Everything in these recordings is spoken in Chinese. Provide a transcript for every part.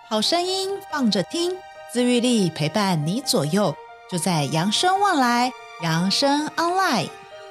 好声音放着听，自愈力陪伴你左右，就在扬声望来，扬声 online。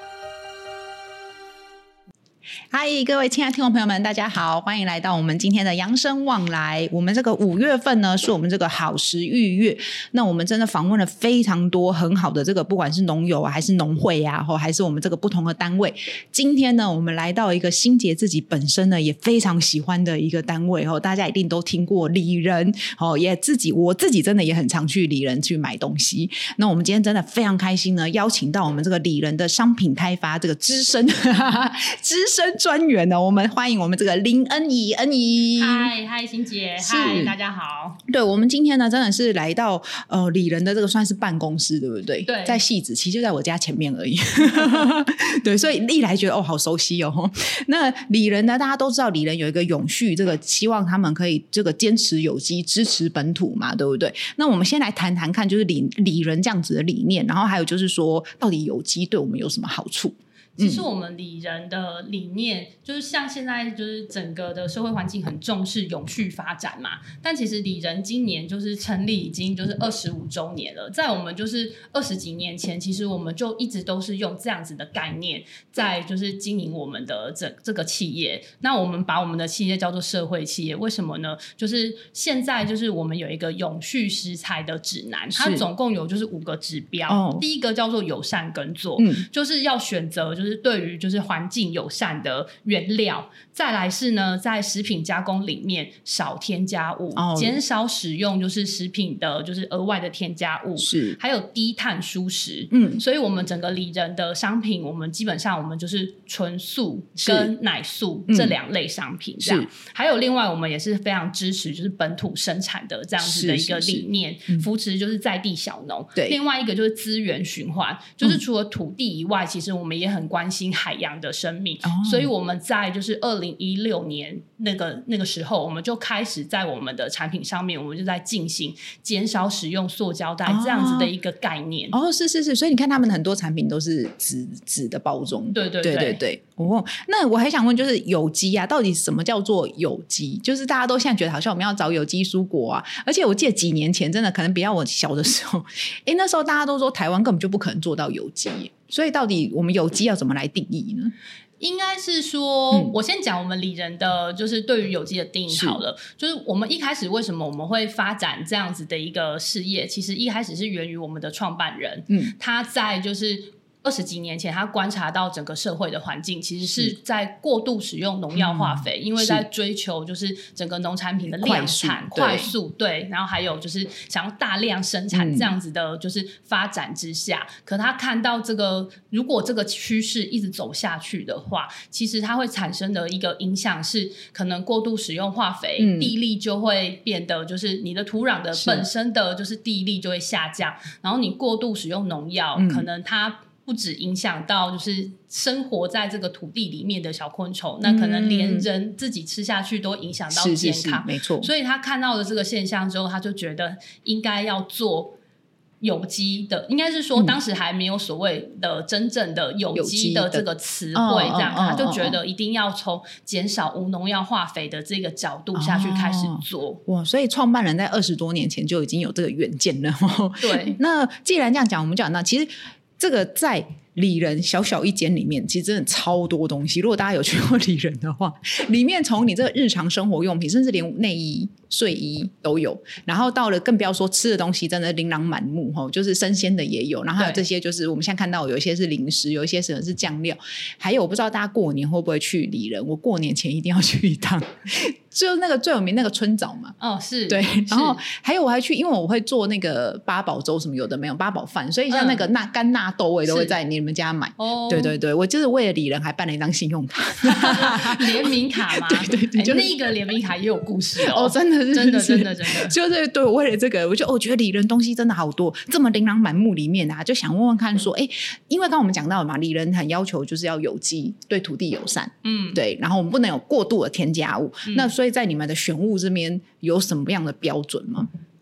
嗨，各位亲爱的听众朋友们，大家好，欢迎来到我们今天的扬声望来。我们这个5月份呢，是我们这个好食育月。那我们真的访问了非常多很好的这个，不管是农友啊，还是农会啊，还是我们这个不同的单位。今天呢，我们来到一个心洁自己本身呢也非常喜欢的一个单位大家一定都听过里仁我自己真的也很常去里仁去买东西。那我们今天真的非常开心呢，邀请到我们这个里仁的商品开发这个资深专员呢，我们欢迎我们这个林恩怡。 嗨，欣姐，嗨，大家好。 对，我们今天呢真的是来到里仁的这个算是办公室，对不对？ 对， 在汐止，其实就在我家前面而已。对，所以一来觉得好熟悉哦。那里仁呢，大家都知道里仁有一个永续，这个希望他们可以这个坚持有机，支持本土嘛，对不对？那我们先来谈谈看，就是里仁这样子的理念，然后还有就是说，到底有机对我们有什么好处？ 其实我们里仁的理念就是像现在就是整个的社会环境很重视永续发展嘛，但其实里仁今年就是成立已经就是25周年了。在我们就是20几年前，其实我们就一直都是用这样子的概念在就是经营我们的这个企业。那我们把我们的企业叫做社会企业，为什么呢？就是现在就是我们有一个永续食材的指南，它总共有就是5个指标。第一个叫做友善耕作，就是要选择就是对于就是环境友善的原料。再来是呢，在食品加工里面少添加物，减少使用就是食品的就是额外的添加物，是还有低碳蔬食。所以我们整个里仁的商品，我们基本上我们就是纯素跟奶素这2类商品这样。还有另外我们也是非常支持就是本土生产的这样子的一个理念，扶持就是在地小农。对，另外一个就是资源循环，就是除了土地以外，其实我们也很关心海洋的生命。所以我们在就是2016年那个时候，我们就开始在我们的产品上面，我们就在进行减少使用塑胶袋这样子的一个概念。 是，所以你看他们很多产品都是纸的包装。对。那我还想问，就是有机啊，到底什么叫做有机？就是大家都现在觉得好像我们要找有机蔬果啊，而且我记得几年前真的可能比较我小的时候，那时候大家都说台湾根本就不可能做到有机，所以到底我们有机要怎么来定义呢？ 应该是说，我先讲我们里仁的就是对于有机的定义好了。就是我们一开始为什么我们会发展这样子的一个事业，其实一开始是源于我们的创办人，他在就是20几年前，他观察到整个社会的环境其实是在过度使用农药化肥，因为在追求就是整个农产品的量产快速，对，然后还有就是想要大量生产这样子的就是发展之下，可他看到这个如果这个趋势一直走下去的话，其实它会产生的一个影响是可能过度使用化肥，地力就会变得就是你的土壤的本身的就是地力就会下降，然后你过度使用农药，可能它不只影响到就是生活在这个土地里面的小昆虫，那可能连人自己吃下去都影响到健康。是没错。所以他看到了这个现象之后，他就觉得应该要做有机的，应该是说当时还没有所谓的真正的有机的这个词汇，这样他就觉得一定要从减少无农药化肥的这个角度下去开始做。 哇，所以创办人在20多年前就已经有这个远见了。对。那既然这样讲，我们讲到其实这个在里仁小小一间里面其实真的超多东西，如果大家有去过里仁的话，里面从你这个日常生活用品甚至连内衣睡衣都有，然后到了更不要说吃的东西真的琳琅满目，就是生鲜的也有，然后还有这些就是我们现在看到有一些是零食，有一些是酱料，还有我不知道大家过年会不会去里仁，我过年前一定要去一趟就那个最有名那个春枣嘛， 是， 对，然后还有我还去，因为我会做那个八宝粥什么有的没有八宝饭，所以像那个干纳豆我也都会在你们家买。对，我就是为了里仁还办了一张信用卡联名卡嘛。对，就那个联名卡也有故事真的就是对，我为了这个我觉得里仁东西真的好多，这么琳琅满目里面啊，就想问问看说因为刚刚我们讲到了嘛，里仁很要求就是要有机，对土地友善，对，然后我们不能有过度的添加物，那所以在你们的选物这边有什么样的标准吗？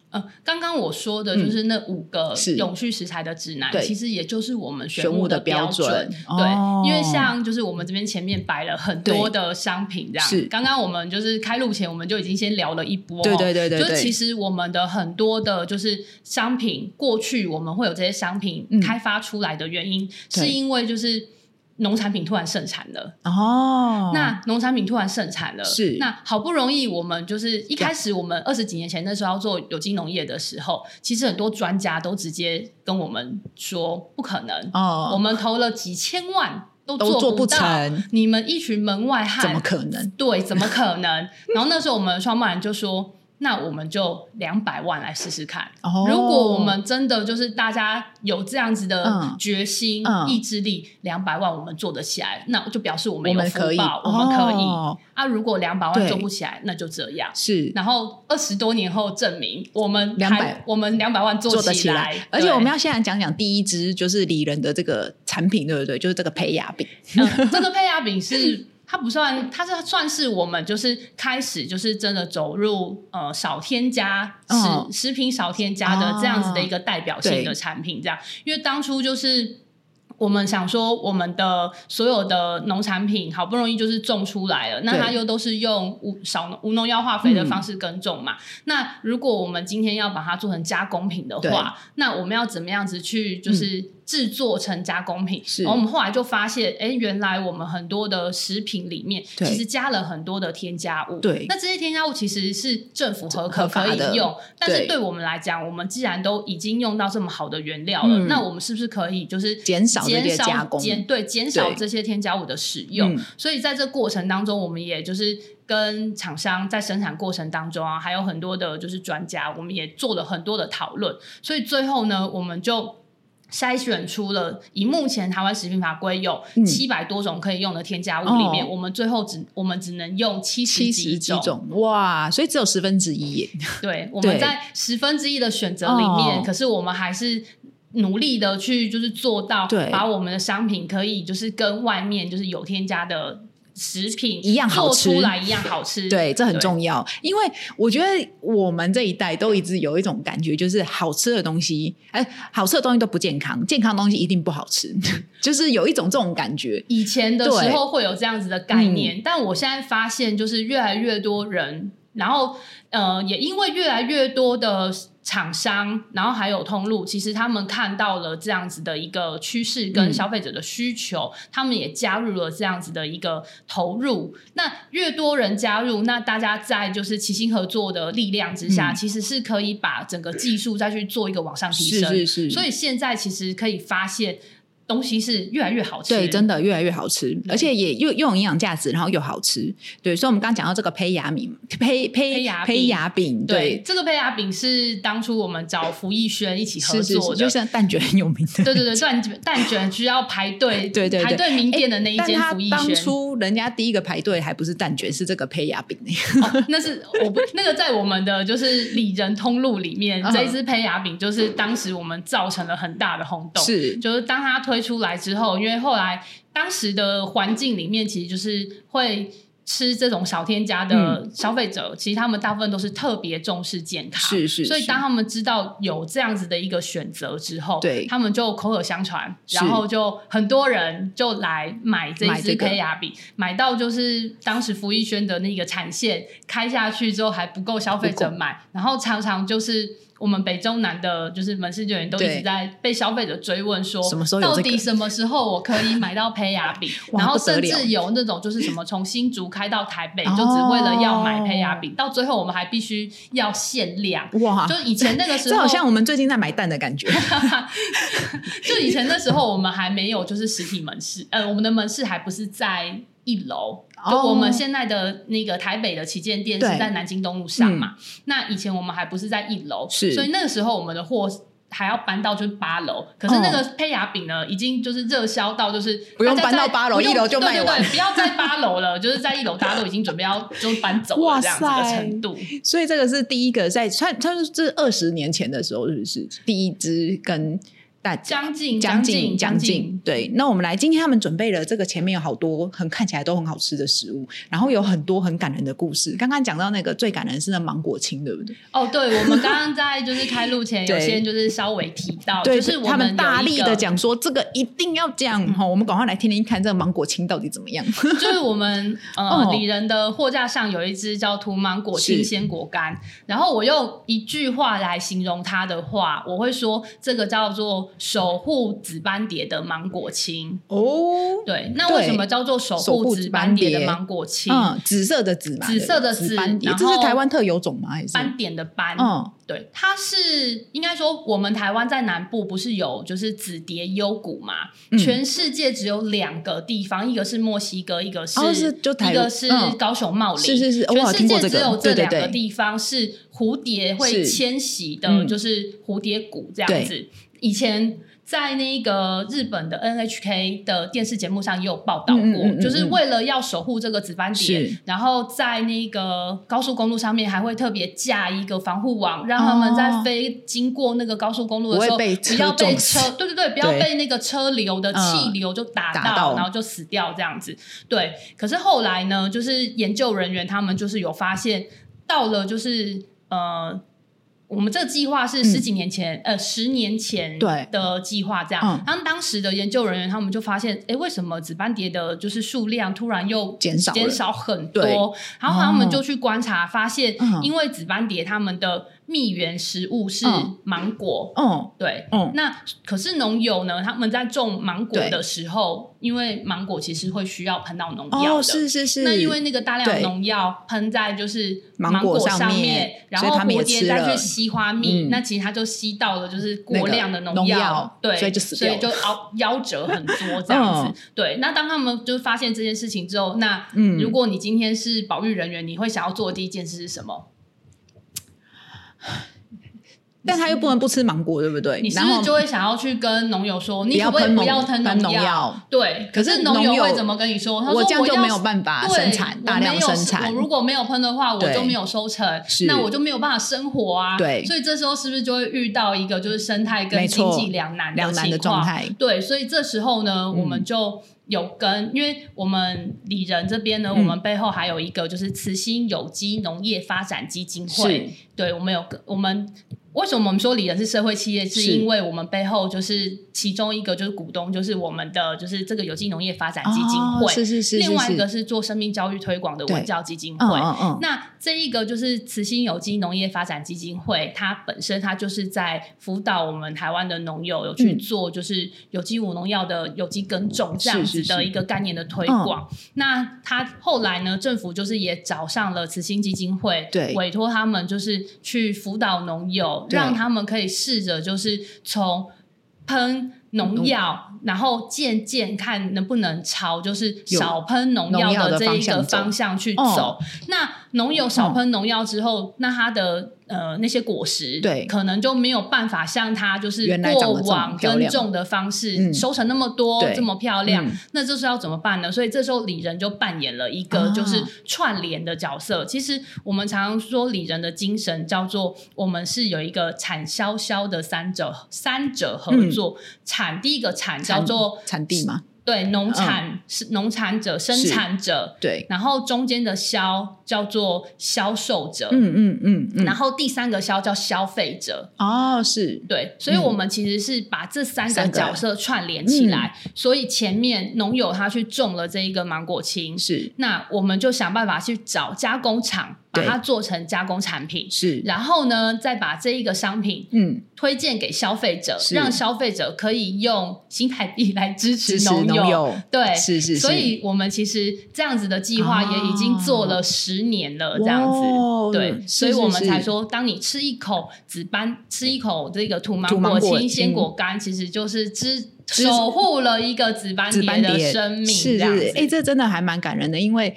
刚刚我说的就是那5个是永续食材的指南， 对其实也就是我们选物的物标标准对、因为哦像就是我们这边前面摆了很多的商品这样， 是刚刚我们就是开录前我们就已经先聊了一波， 对对对对对就是其实我们的很多的就是商品，过去我们会有这些商品开发出来的原因，是因为就是农产品突然盛产了哦， 那农产品突然盛产了， 是那好不容易我们就是一开始我们20几年前那时候要做有机农业的时候，其实很多专家都直接跟我们说不可能，我们投了几千万都做不到，你们一群门外汉怎么可能？ 对，怎么可能？然后那时候我们创办人就说那我们就200万来试试看、如果我们真的就是大家有这样子的决心、意志力，200万我们做得起来，那就表示我们有福报，我们可以如果200万做不起来，那就这样。 是， 然后20多年后证明我们200万做得起来，而且我们要现在讲讲第一支就是里仁的这个产品，对不对？就是这个胚芽饼。 这个胚芽饼是。它不算，它是算是我们就是开始就是真的走入少添加食品少添加的这样子的一个代表性的产品，这样，因为当初就是我们想说我们的所有的农产品好不容易就是种出来了，那它又都是用无农药化肥的方式耕种嘛，那如果我们今天要把它做成加工品的话，那我们要怎么样子去就是制作成加工品，然后我们后来就发现原来我们很多的食品里面其实加了很多的添加物，对，那这些添加物其实是政府合可可以用，但是对我们来讲，我们既然都已经用到这么好的原料了，那我们是不是可以就是减少这些加工，减少这些添加物的使用，所以在这过程当中我们也就是跟厂商在生产过程当中还有很多的就是专家，我们也做了很多的讨论，所以最后呢我们就筛选出了以目前台湾食品法规有700多种可以用的添加物里面，我们最后只能用70几种， 哇，所以只有1/10耶。 对，我们在1/10的选择里面，可是我们还是努力的去就是做到把我们的商品可以就是跟外面就是有添加的食品一样好吃， 做出来一样好吃， 对，这很重要。因为我觉得我们这一代都一直有一种感觉，就是好吃的东西好吃的东西都不健康，健康的东西一定不好吃就是有一种这种感觉。 以前的时候会有这样子的概念，但我现在发现就是越来越多人，然后也因为越来越多的厂商，然后还有通路，其实他们看到了这样子的一个趋势跟消费者的需求，他们也加入了这样子的一个投入。那越多人加入，那大家在就是齐心合作的力量之下，其实是可以把整个技术再去做一个往上提升。是。所以现在其实可以发现东西是越来越好吃， 对，真的越来越好吃，而且也又有营养价值，然后又好吃。对，所以我们刚刚讲到这个胚芽饼， 对，这个胚芽饼是当初我们找福义轩一起合作的， 就像蛋卷很有名的， 对，蛋卷需要排队，对，排队名店的那一间福义轩。 当初人家第一个排队还不是蛋卷，是这个胚芽饼那是那个在我们的就是里仁通路里面，这一支胚芽饼就是当时我们造成了很大的轰动，就是当它推出来之后，因为后来当时的环境里面其实就是会吃这种少添加的消费者，其实他们大部分都是特别重视健康，所以当他们知道有这样子的一个选择之后，他们就口耳相传，然后就很多人就来买这一支胚芽饼，买到就是当时福义轩的那个产线开下去之后还不够消费者买，然后常常就是我们北中南的就是门市店员都一直在被消费者追问说到底什么时候我可以买到胚芽饼然后甚至有那种就是什么从新竹开到台北就只为了要买胚芽饼，到最后我们还必须要限量。哇，就以前那个时候这好像我们最近在买蛋的感觉就以前那时候我们还没有就是实体门市，我们的门市还不是在1楼，就我们现在的那个台北的旗舰店是在南京东路上嘛，那以前我们还不是在1楼，所以那个时候我们的货还要搬到就是8楼，可是那个胚芽饼呢已经就是热销到就是不用搬到8楼，1楼就卖完， 对，不要在8楼了就是在1楼大家都已经准备要就搬走了这样子的程度。 所以这个是第一个在它是20年前的时候是不是第一支跟将近对。那我们来，今天他们准备了这个，前面有好多看起来都很好吃的食物，然后有很多很感人的故事。刚刚讲到那个最感人是那芒果青，对不对？ 哦，对，我们刚刚在就是开录前有先就是稍微提到，就是我们他们大力的讲说这个一定要讲我们赶快来听听看这个芒果青到底怎么样。 就是我们里仁的货架上有一支叫涂芒果青鲜果干，然后我用一句话来形容它的话，我会说这个叫做守护紫斑蝶的芒果青。哦，对，那为什么叫做守护紫斑蝶的芒果青？ 紫色的紫嘛， 紫色的紫斑蝶， 这是台湾特有种吗？还是斑点的斑？对，它是应该说我们台湾在南部不是有就是紫蝶幽谷嘛？全世界只有2个地方，一个是墨西哥，一个是高雄茂林。 是， 全世界只有这2个地方是蝴蝶会迁徙的，就是蝴蝶谷这样子。以前在那个日本的 NHK 的电视节目上也有报道过，就是为了要守护这个紫斑蝶，然后在那个高速公路上面还会特别架一个防护网，让他们在经过那个高速公路的时候不要被车，不要被那个车流的气流就打到，然后就死掉这样子。对，可是后来呢，就是研究人员他们就是有发现，到了就是我们这个计划是10年前的计划这样。然后当时的研究人员他们就发现，为什么紫斑蝶的就是数量突然又减少很多？然后他们就去观察，发现因为紫斑蝶他们的蜜源食物是芒果。对。那可是农友呢，他们在种芒果的时候，因为芒果其实会需要喷到农药的。是。那因为那个大量的农药喷在就是芒果上面，然后蝴蝶再去吸花蜜，那其实它就吸到了就是过量的农药，对，所以就死掉了，所以就夭折很多这样子。对，那当他们就发现这件事情之后，那如果你今天是保育人员，你会想要做的第一件事是什么？ 但他又不能不吃芒果，对不对？ 你是不是就会想要去跟农友说，你可不可以不要喷农药？对，可是农友会怎么跟你说？他说我这样就没有办法生产，大量生产。 我如果没有喷的话，我就没有收成，那我就没有办法生活啊。 对， 所以这时候是不是就会遇到一个就是生态跟经济两难的状态？对，所以这时候呢，我们就有因为我们里仁这边呢，我们背后还有一个就是慈心有机农业发展基金会。对，我们为什么我们说里仁是社会企业，是因为我们背后就是其中一个就是股东就是我们的就是这个有机农业发展基金会。是。另外一个是做生命教育推广的文教基金会。那这一个就是慈心有机农业发展基金会，它本身它就是在辅导我们台湾的农友有去做就是有机无农药的有机耕种这样子的一个概念的推广。那它后来呢，政府就是也找上了慈心基金会，委托他们就是去辅导农友，让他们可以试着就是从喷农药，然后渐渐看能不能朝就是少喷农药的这一个方向去走。那农友少喷农药之后，那他的那些果实可能就没有办法像他就是过往耕种的方式收成那么多这么漂亮。那这是要怎么办呢？所以这时候里仁就扮演了一个就是串联的角色。其实我们常常说里仁的精神叫做我们是有一个产销销的三者合作。第一个产叫做产地吗？ 对，农产者、生产者，对，然后中间的销叫做销售者，然后第3个销叫消费者。是，对，所以我们其实是把这3个角色串联起来。所以前面农友他去种了这一个芒果青，是，那我们就想办法去找加工厂，把它做成加工产品，是，然后呢，再把这一个商品推荐给消费者，让消费者可以用新台币来支持农友。对，是，所以我们其实这样子的计划也已经做了10年了，这样子。对，所以我们才说，当你吃一口吃一口这个土芒果青鲜果干，其实就是守护了一个紫斑蝶的生命。 这真的还蛮感人的，因为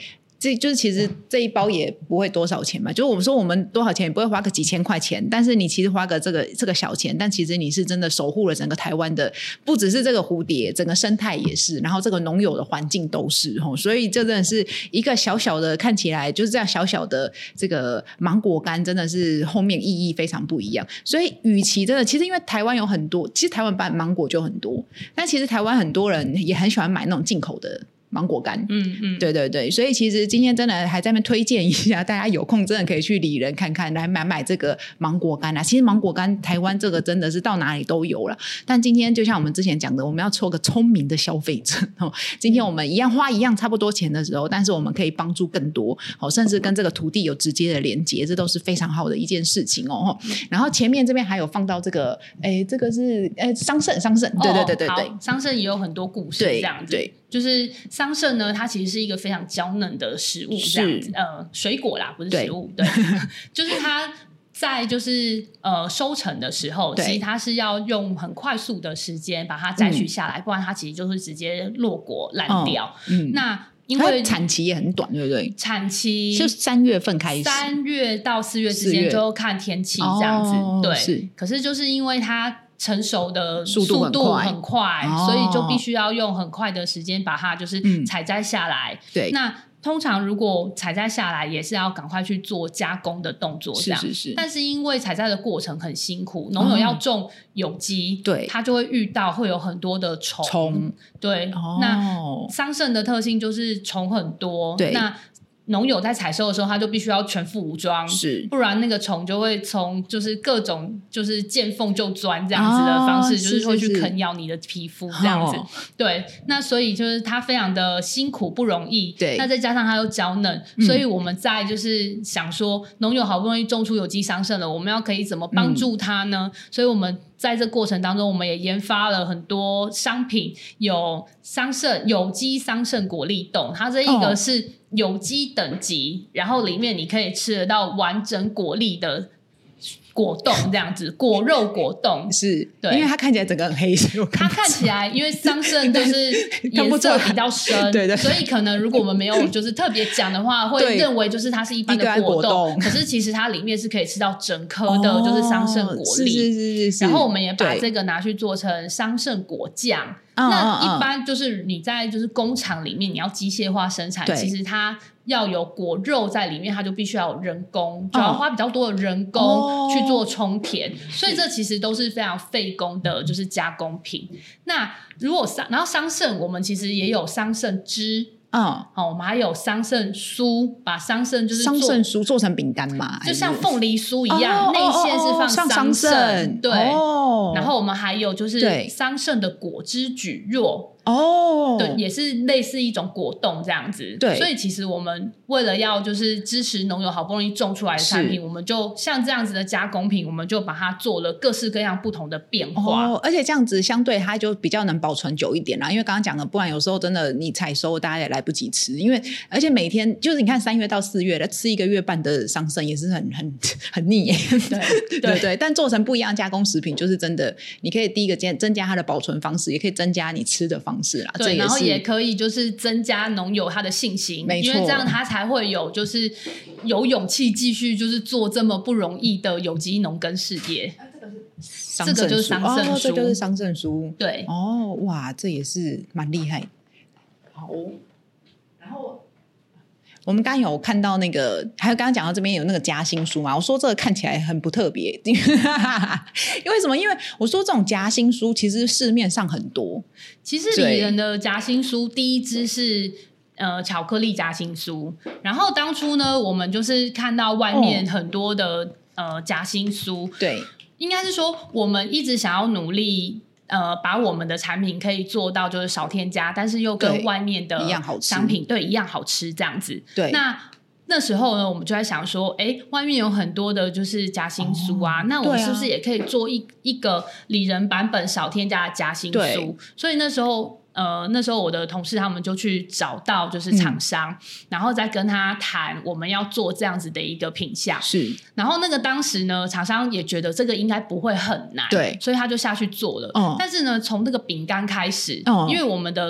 这就是其实这一包也不会多少钱嘛，就是我们说我们多少钱也不会花个几千块钱，但是你其实花个这个小钱，但其实你是真的守护了整个台湾的，不只是这个蝴蝶，整个生态也是，然后这个农友的环境都是，所以这真的是一个小小的，看起来就是这样小小的这个芒果干，真的是后面意义非常不一样。所以与其真的，其实因为台湾有很多，其实台湾芒果就很多，但其实台湾很多人也很喜欢买那种进口的芒果干，对对对，所以其实今天真的还在那边推荐一下，大家有空真的可以去里仁看看，来买这个芒果干啊。其实芒果干台湾这个真的是到哪里都有了，但今天就像我们之前讲的，我们要抽个聪明的消费者，今天我们花一样差不多钱的时候，但是我们可以帮助更多，甚至跟这个土地有直接的连接，这都是非常好的一件事情哦。然后前面这边还有放到这个，这个是桑葚，对对对对对， 桑葚也有很多故事这样子，对。就是桑葚呢，它其实是一个非常娇嫩的食物，这样子，水果啦，不是食物，对，就是它在就是收成的时候，其实它是要用很快速的时间把它摘取下来，不然它其实就是直接落果烂掉。那因为产期也很短，对不对？ 产期就3月份开始 ，3月到4月之间就看天气这样子，对。是，可是就是因为它成熟的速度很快，所以就必须要用很快的时间把它就是采摘下来。对，那通常如果采摘下来也是要赶快去做加工的动作这样，是。但是因为采摘的过程很辛苦，农友要种有机，对，它就会有很多的虫，对。那桑葚的特性就是虫很多，对。那农友在采收的时候他就必须要全副武装，是，不然那个虫就会从就是各种就是见缝就钻这样子的方式，就是会去啃咬你的皮肤这样子，对。那所以就是它非常的辛苦不容易，对。那再加上它又娇嫩，所以我们在就是想说农友好不容易种出有机桑葚了，我们要可以怎么帮助它呢？所以我们在这过程当中我们也研发了很多商品，有有机桑葚果粒冻，它这一个是有机等级，然后里面你可以吃得到完整果粒的果冻这样子，果肉果冻，是，对，因为它看起来整个很黑，它看起来因为桑葚就是颜色比较深对对，所以可能如果我们没有就是特别讲的话会认为就是它是一般的果冻，可是其实它里面是可以吃到整颗的就是桑葚果粒，是，然后我们也把这个拿去做成桑葚果酱。那一般就是你在就是工厂里面你要机械化生产，其实它要有果肉在里面，它就必须要有人工，就要花比较多的人工去做充填，所以这其实都是非常费工的就是加工品。那如果然后桑葚我们其实也有桑葚汁，我们还有桑葚酥，把桑葚就是桑葚酥做成饼干嘛，就像凤梨酥一样，内馅是放桑葚，对，然后我们还有就是桑葚的果汁蒟蒻，对，也是类似一种果冻这样子，对。所以其实我们为了要就是支持农友好不容易种出来的产品，我们就像这样子的加工品，我们就把它做了各式各样不同的变化，而且这样子相对它就比较能保存久一点啦。因为刚刚讲的，不然有时候真的你采收大家也来不及吃，因为而且每天就是你看3月到4月的吃1个月半的桑葚也是很腻耶，对对对。但做成不一样加工食品，就是真的你可以第一个增加它的保存方式，也可以增加你吃的方式啦，对，然后也可以就是增加农友他的信心，因为这样他才会有就是有勇气继续就是做这么不容易的有机农耕事业。这个就是桑葚酥，这就是桑葚酥，对，哇，这也是蛮厉害。好，然后我们刚刚有看到那个，还有刚刚讲到这边有那个夹心酥嘛，我说这个看起来很不特别，因为什么？因为我说这种夹心酥其实市面上很多，其实里仁的夹心酥第一支是巧克力夹心酥，然后当初呢我们就是看到外面很多的夹心酥，对，应该是说我们一直想要努力把我们的产品可以做到就是少添加，但是又跟外面的商品对一样好吃这样子。对，那时候呢我们就在想说外面有很多的就是夹心酥啊，那我们是不是也可以做一个里仁版本少添加的夹心酥？所以那时候我的同事他们就去找到就是厂商，然后再跟他谈我们要做这样子的一个品项，是。然后那个当时呢厂商也觉得这个应该不会很难，对，所以他就下去做了。但是呢从这个饼干开始，因为我们的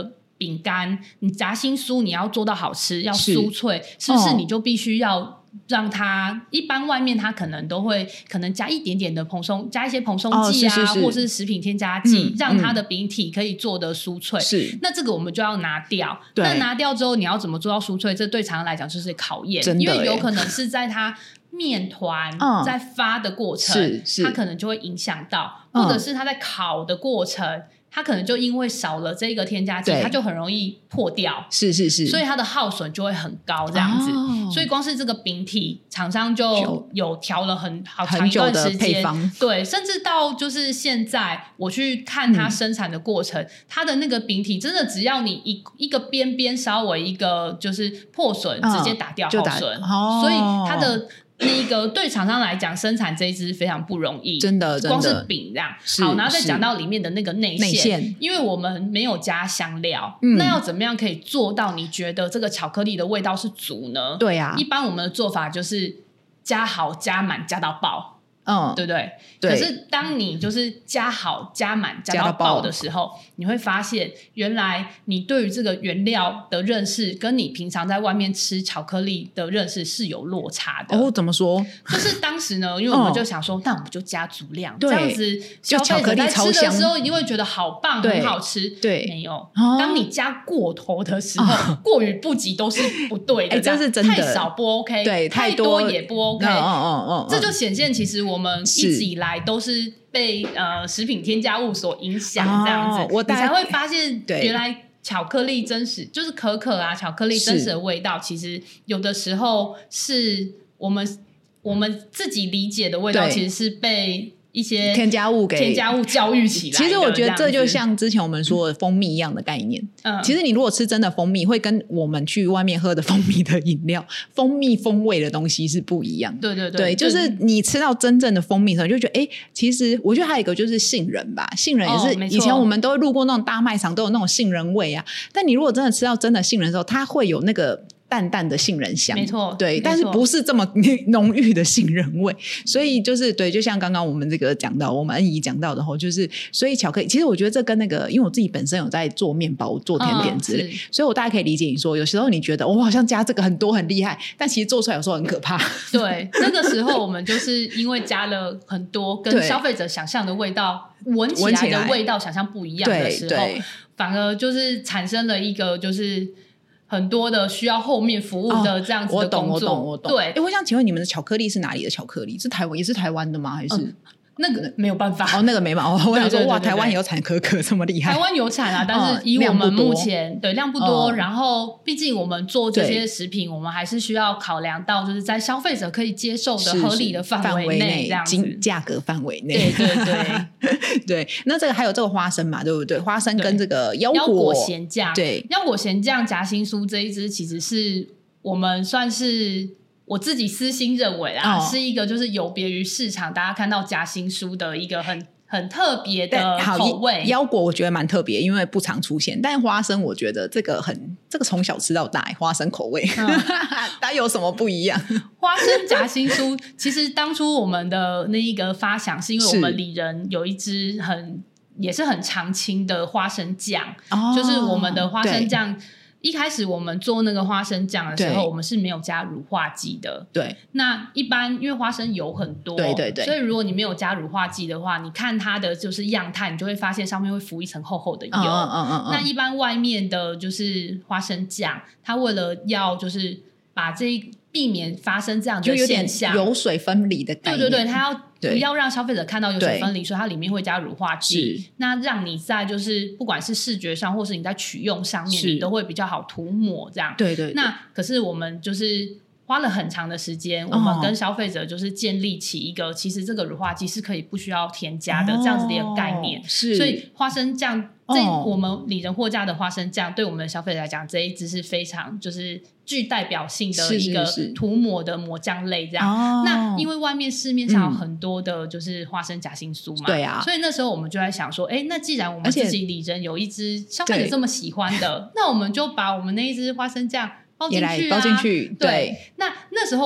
饼干，你夹心酥你要做到好吃，要酥脆，是不是你就必须要让它一般外面它可能都会可能加一点点的加一些蓬松剂啊，或是食品添加剂，让它的饼体可以做得酥脆。 是， 那这个我们就要拿掉。那拿掉之后，你要怎么做到酥脆？这对厂商来讲就是考验，因为有可能是在它面团在发的过程，它可能就会影响到，或者是它在烤的过程。它可能就因为少了这个添加剂，它就很容易破掉， 是，所以它的耗损就会很高这样子。所以光是这个饼体，厂商就有调了好长一段时间，对，甚至到就是现在我去看它生产的过程，它的那个饼体真的只要你一个边边稍微一个就是破损，直接打掉耗损，所以它的。那个对厂商来讲，生产这一支非常不容易， 真的， 光是饼这样。好，然后再讲到里面的那个内馅，因为我们没有加香料，那要怎么样可以做到你觉得这个巧克力的味道是足呢？ 对啊， 一般我们的做法就是加好加满加到爆。对不对？可是当你就是加好加满加到爆的时候，你会发现原来你对于这个原料的认识跟你平常在外面吃巧克力的认识是有落差的。 怎么说？ 就是当时呢，因为我们就想说那我们就加足量，这样子消费者在吃的时候一定会觉得好棒很好吃。 对， 没有，当你加过头的时候，过于不及都是不对的。 这是真的， 太少不 OK， 对， 太多也不 OK。这就显现其实我们一直以来都是被食品添加物所影响，这样子，你才会发现原来巧克力真实就是可可啊，巧克力真实的味道，其实有的时候是我们自己理解的味道，其实是被一些添加物教育起来的。 其实我觉得这就像之前我们说的蜂蜜一样的概念。其实你如果吃真的蜂蜜，会跟我们去外面喝的蜂蜜的饮料蜂蜜风味的东西是不一样的。对，就是你吃到真正的蜂蜜的时候，你就觉得其实我觉得还有一个就是杏仁吧，杏仁也是以前我们都会路过那种大卖场都有那种杏仁味啊，但你如果真的吃到真的杏仁的时候，它会有那个淡淡的杏仁香， 没错， 对，但是不是这么浓郁的杏仁味，所以就是对，就像刚刚我们这个讲到，我们恩怡讲到的话，就是所以巧克力，其实我觉得这跟那个，因为我自己本身有在做面包、做甜点之类，所以我大概可以理解你说，有时候你觉得我好像加这个很多很厉害，但其实做出来有时候很可怕。 对，那个时候我们就是因为加了很多跟消费者想象的味道、闻起来的味道想象不一样的时候，反而就是产生了一个就是很多的需要后面服务的这样子的工作。 我懂。对，我想请问你们的巧克力是哪里的巧克力？是台湾，也是台湾的吗？还是？ 那个没有办法那个没办法。我想说哇，台湾也有产可可这么厉害？ 台湾有产啊，但是以我们目前量不多，然后毕竟我们做这些食品，我们还是需要考量到就是在消费者可以接受的合理的范围内，这样子价格范围内。对对，那这个还有这个花生嘛，对不对？花生跟这个腰果咸酱， 对， 腰果咸酱夹心酥这一支其实是我们算是。我自己私心认为啦，是一个就是有别于市场大家看到夹心酥的一个很特别的口味。 腰果我觉得蛮特别，因为不常出现，但花生我觉得这个从小吃到大，花生口味它有什么不一样？ 花生夹心酥其实当初我们的那一个发想是因为我们里仁有一支也是很常青的花生酱，就是我们的花生酱一开始我们做那个花生酱的时候，我们是没有加乳化剂的。对，那一般因为花生油很多，对，所以如果你没有加乳化剂的话，你看它的就是样态，你就会发现上面会浮一层厚厚的油。那一般外面的就是花生酱，它为了要就是把避免发生这样的现象， 就有点油水分离的概念。 对，它要不要让消费者看到油水分离，所以它里面会加乳化剂，那让你在就是不管是视觉上或是你在取用上面，你都会比较好涂抹这样。对，那可是我们就是花了很长的时间，我们跟消费者就是建立起一个其实这个乳化剂是可以不需要添加的这样子的一个概念。所以花生酱我们里仁货架的花生酱对我们的消费者来讲，这一支是非常就是具代表性的一个涂抹的抹酱类这样。那因为外面市面上有很多的就是花生夹心酥嘛，对啊，所以那时候我们就在想说，那既然我们自己里仁有一支消费者这么喜欢的，那我们就把我们那一支花生酱包进去。对，那时候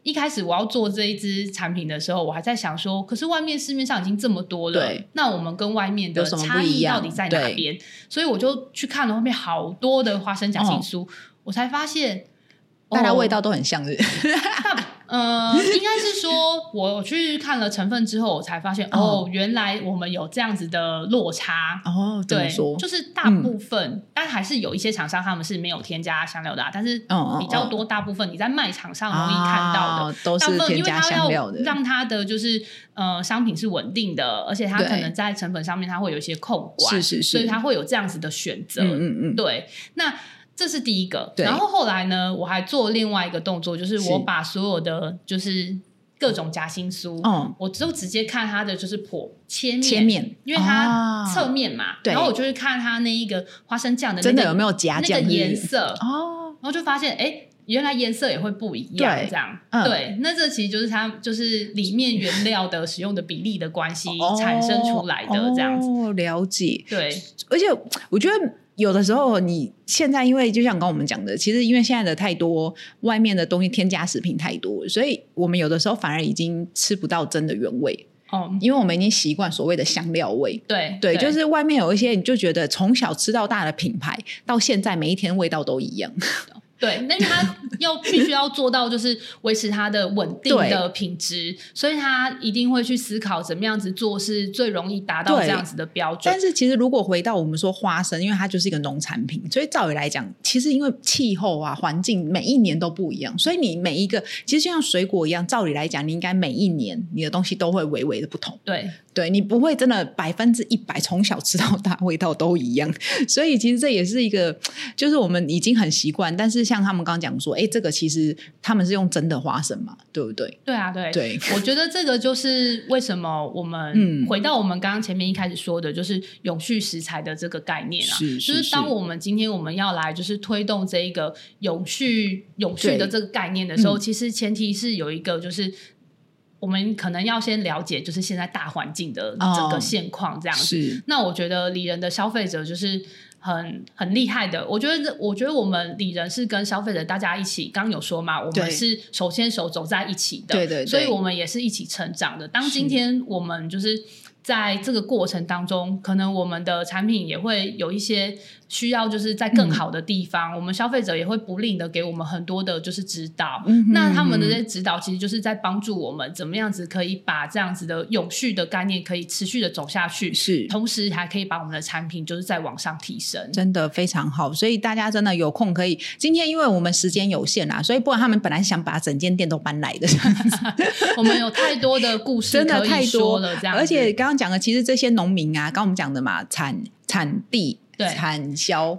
一开始我要做这一支产品的时候，我还在想说，可是外面市面上已经这么多了， 对， 那我们跟外面的差异到底在哪边？所以我就去看了外面好多的花生夹心酥，我才发现大家味道都很像是应该是说我去看了成分之后我才发现原来我们有这样子的落差怎么说？ 就是大部分但还是有一些厂商他们是没有添加香料的但是比较多大部分你在卖场上容易看到的都是添加香料的， 因为它要让它的就是商品是稳定的，而且它可能在成本上面它会有一些控管， 是所以它会有这样子的选择对，那这是第一个，然后后来呢我还做另外一个动作，就是我把所有的就是各种夹心酥我就直接看它的就是切面，因为它侧面嘛然后我就会看它那一个花生酱的真的有没有夹那个颜色然后就发现原来颜色也会不一样这样对，那这其实就是它就是里面原料的使用的比例的关系产生出来的这样子了解对， 而且我觉得有的时候你现在因为就像刚刚我们讲的，其实因为现在的太多外面的东西添加食品太多，所以我们有的时候反而已经吃不到真的原味因为我们已经习惯所谓的香料味对，就是外面有一些你就觉得从小吃到大的品牌到现在每一天味道都一样对，但是他必须要做到就是维持它的稳定的品质，所以他一定会去思考怎么样子做是最容易达到这样子的标准。 但是其实如果回到我们说花生，因为它就是一个农产品，所以照理来讲其实因为气候啊环境每一年都不一样，所以你每一个其实就像水果一样，照理来讲你应该每一年你的东西都会微微的不同对，你不会真的100%从小吃到大味道都一样，所以其实这也是一个就是我们已经很习惯，但是像他们刚刚讲说这个其实他们是用真的花生嘛，对不对？ 对啊对我觉得这个就是为什么我们回到我们刚刚前面一开始说的就是永续食材的这个概念啊，就是当我们今天我们要来就是推动这一个永续的这个概念的时候其实前提是有一个就是我们可能要先了解就是现在大环境的整个现况这样子那我觉得里仁的消费者就是很厉害的，我觉得我们里仁是跟消费者大家一起，刚刚有说嘛，我们是手牵手走在一起的，对，所以我们也是一起成长的。当今天我们就是在这个过程当中，可能我们的产品也会有一些需要就是在更好的地方我们消费者也会不吝的给我们很多的就是指导那他们的这些指导其实就是在帮助我们怎么样子可以把这样子的永续的概念可以持续的走下去同时还可以把我们的产品就是再往上提升， 真的非常好。所以大家真的有空可以今天因为我们时间有限所以不然他们本来想把整间店都搬来的我们有太多的故事真的太多了这样而且刚刚讲的其实这些农民刚刚我们讲的嘛产地产销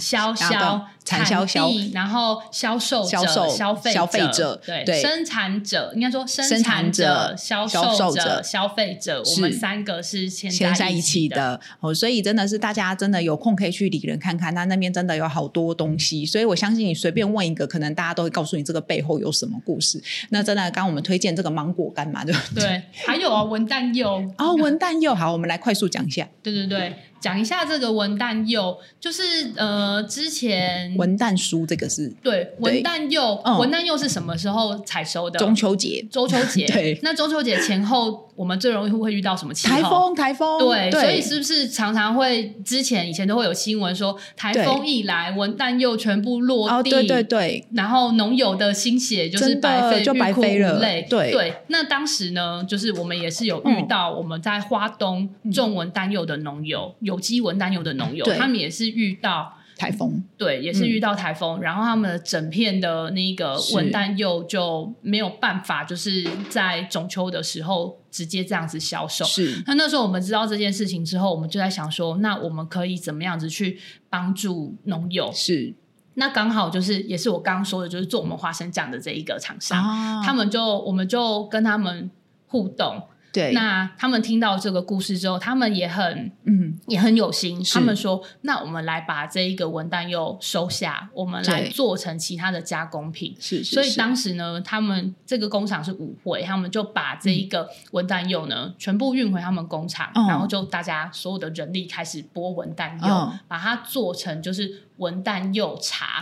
然后销售者消费者对生产者应该说生产者销售者消费者我们三个是牵在一起的所以真的是大家真的有空可以去里仁看看，那边真的有好多东西，所以我相信你随便问一个可能大家都会告诉你这个背后有什么故事。那真的刚刚我们推荐这个芒果干嘛对不对？ 对，还有文旦柚文旦柚好，我们来快速讲一下。 对讲一下这个文旦柚，就是之前文旦酥这个是对文旦柚文旦柚是什么时候采收的？ 中秋节对，那中秋节前后我们最容易会遇到什么气候？台风对，所以是不是常常会以前都会有新闻说台风一来文旦柚全部落地对，然后农友的心血就是白费了对，那当时呢就是我们也是有遇到我们在花东种文旦柚的农友有机文旦柚的农友他们也是遇到台风对，也是遇到台风然后他们的整片的那个文旦柚就没有办法就是在中秋的时候直接这样子销售那时候我们知道这件事情之后我们就在想说那我们可以怎么样子去帮助农友那刚好就是也是我刚刚说的就是做我们花生酱的这一个厂商我们就跟他们互动对，那他们听到这个故事之后他们也很有心他们说那我们来把这一个文旦柚收下我们来做成其他的加工品所以当时呢他们这个工厂是舞会他们就把这一个文旦柚呢全部运回他们工厂然后就大家所有的人力开始剥文旦柚把它做成就是文旦柚茶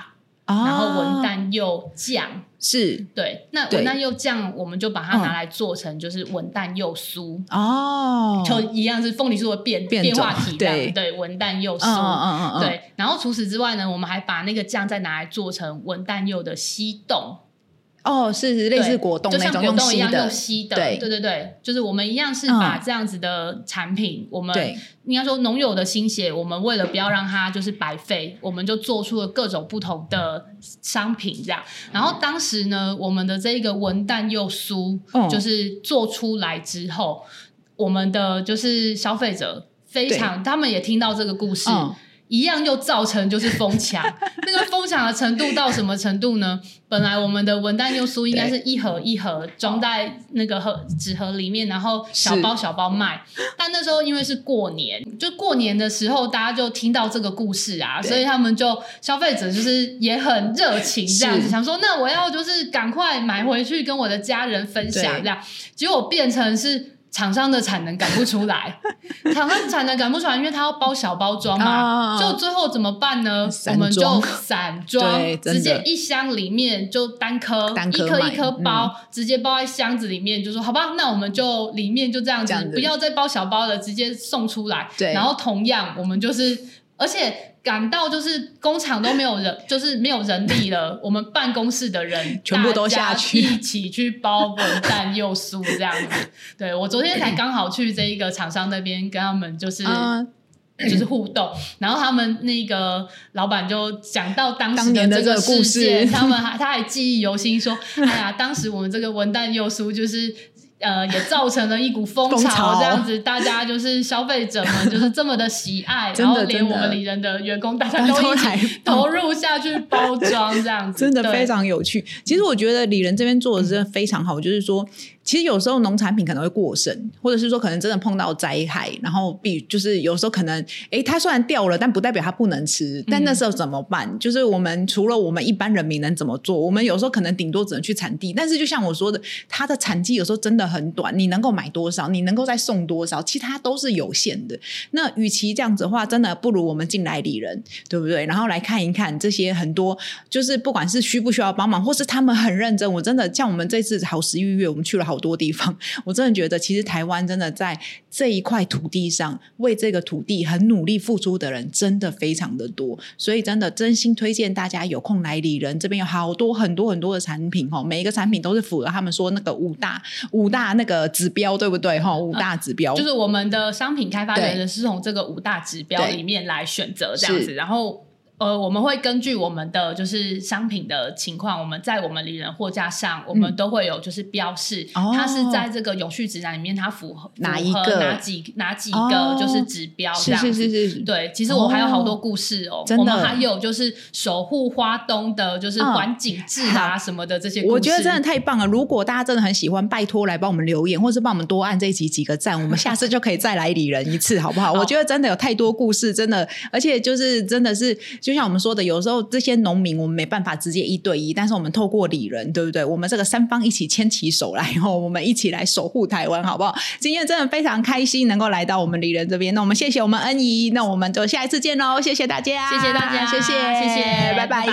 然后文旦柚酱。 是， 对，那文旦柚酱我们就把它拿来做成就是文旦柚酥哦， 就一样是凤梨酥的变化体，对，文旦柚酥，对。然后除此之外呢，我们还把那个酱再拿来做成文旦柚的西冻。 哦，是类似果冻那种， 就像果冻一样用吸的， 对， 就是我们一样是把这样子的产品，我们应该说农友的心血，我们为了不要让它就是白费，我们就做出了各种不同的商品这样。然后当时呢，我们的这个文旦柚酥就是做出来之后，我们的就是消费者非常，他们也听到这个故事。一样又造成就是疯抢那个疯抢的程度到什么程度呢？本来我们的文旦柚酥应该是一盒一盒装在那个纸盒里面，然后小包小包卖，但那时候因为是过年，就过年的时候大家就听到这个故事啊，所以他们就消费者就是也很热情这样子，想说那我要就是赶快买回去跟我的家人分享这样，结果变成是厂商的产能赶不出来厂商产能赶不出来，因为他要包小包装嘛，就最后怎么办呢？我们就散装，直接一箱里面就单颗一颗一颗包，直接包在箱子里面，就说好吧，那我们就里面就这样子，不要再包小包了，直接送出来。然后同样我们就是而且赶到就是工厂都没有人，就是没有人力了，我们办公室的人全部都下去一起去包文旦柚酥这样子。对，我昨天才刚好去这一个厂商那边跟他们就是互动，然后他们那个老板就讲到当时的这个事件，他还记忆犹新，说哎呀，当时我们这个文旦柚酥就是也造成了一股风潮这样子，大家就是消费者们就是这么的喜爱然后连我们里仁的员工大家都一起投入下去包装这样子， 真的非常有趣。其实我觉得里仁这边做的真的非常好，就是说其实有时候农产品可能会过剩，或者是说可能真的碰到灾害，然后就是有时候可能它虽然掉了，但不代表它不能吃，但那时候怎么办？就是我们除了我们一般人民能怎么做，我们有时候可能顶多只能去产地，但是就像我说的，它的产季有时候真的很短，你能够买多少，你能够再送多少，其他都是有限的。那与其这样子的话，真的不如我们进来里仁，对不对？然后来看一看这些很多，就是不管是需不需要帮忙，或是他们很认真，我真的像我们这次好食育月，我们去了好多地方，我真的觉得其实台湾真的在这一块土地上为这个土地很努力付出的人真的非常的多，所以真的真心推荐大家有空来里仁这边，有好多很多很多的产品，每一个产品都是符合他们说那个五大那个指标，对不对？五大指标就是我们的商品开发人是从这个五大指标里面来选择这样子，然后我们会根据我们的就是商品的情况，我们在我们里仁货架上我们都会有就是标示它是在这个永续指南里面它符合哪几个就是指标这样子。是对，其实我还有好多故事我们还有就是守护花东的就是环境治什么的这些故事， 我觉得真的太棒了。如果大家真的很喜欢，拜托来帮我们留言，或是帮我们多按这一集几个赞，我们下次就可以再来里仁一次好不好？我觉得真的有太多故事，真的，而且就是真的是就像我们说的，有时候这些农民我们没办法直接1对1，但是我们透过里仁，对不对？我们这个三方一起牵起手来，我们一起来守护台湾，好不好？今天真的非常开心能够来到我们里仁这边，那我们谢谢我们恩怡，那我们就下一次见咯，谢谢大家， 谢谢大家， 谢谢，拜拜。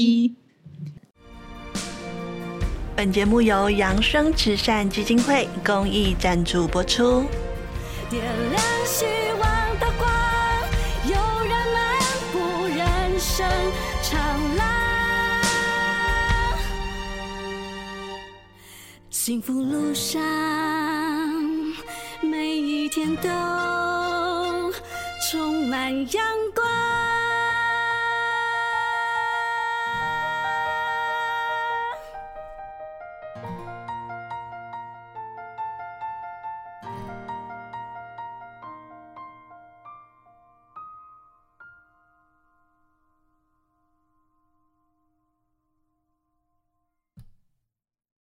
本节目由扬生慈善基金会公益赞助播出。 点亮希望的光，有人漫步人生长廊，幸福路上每一天都充满阳光。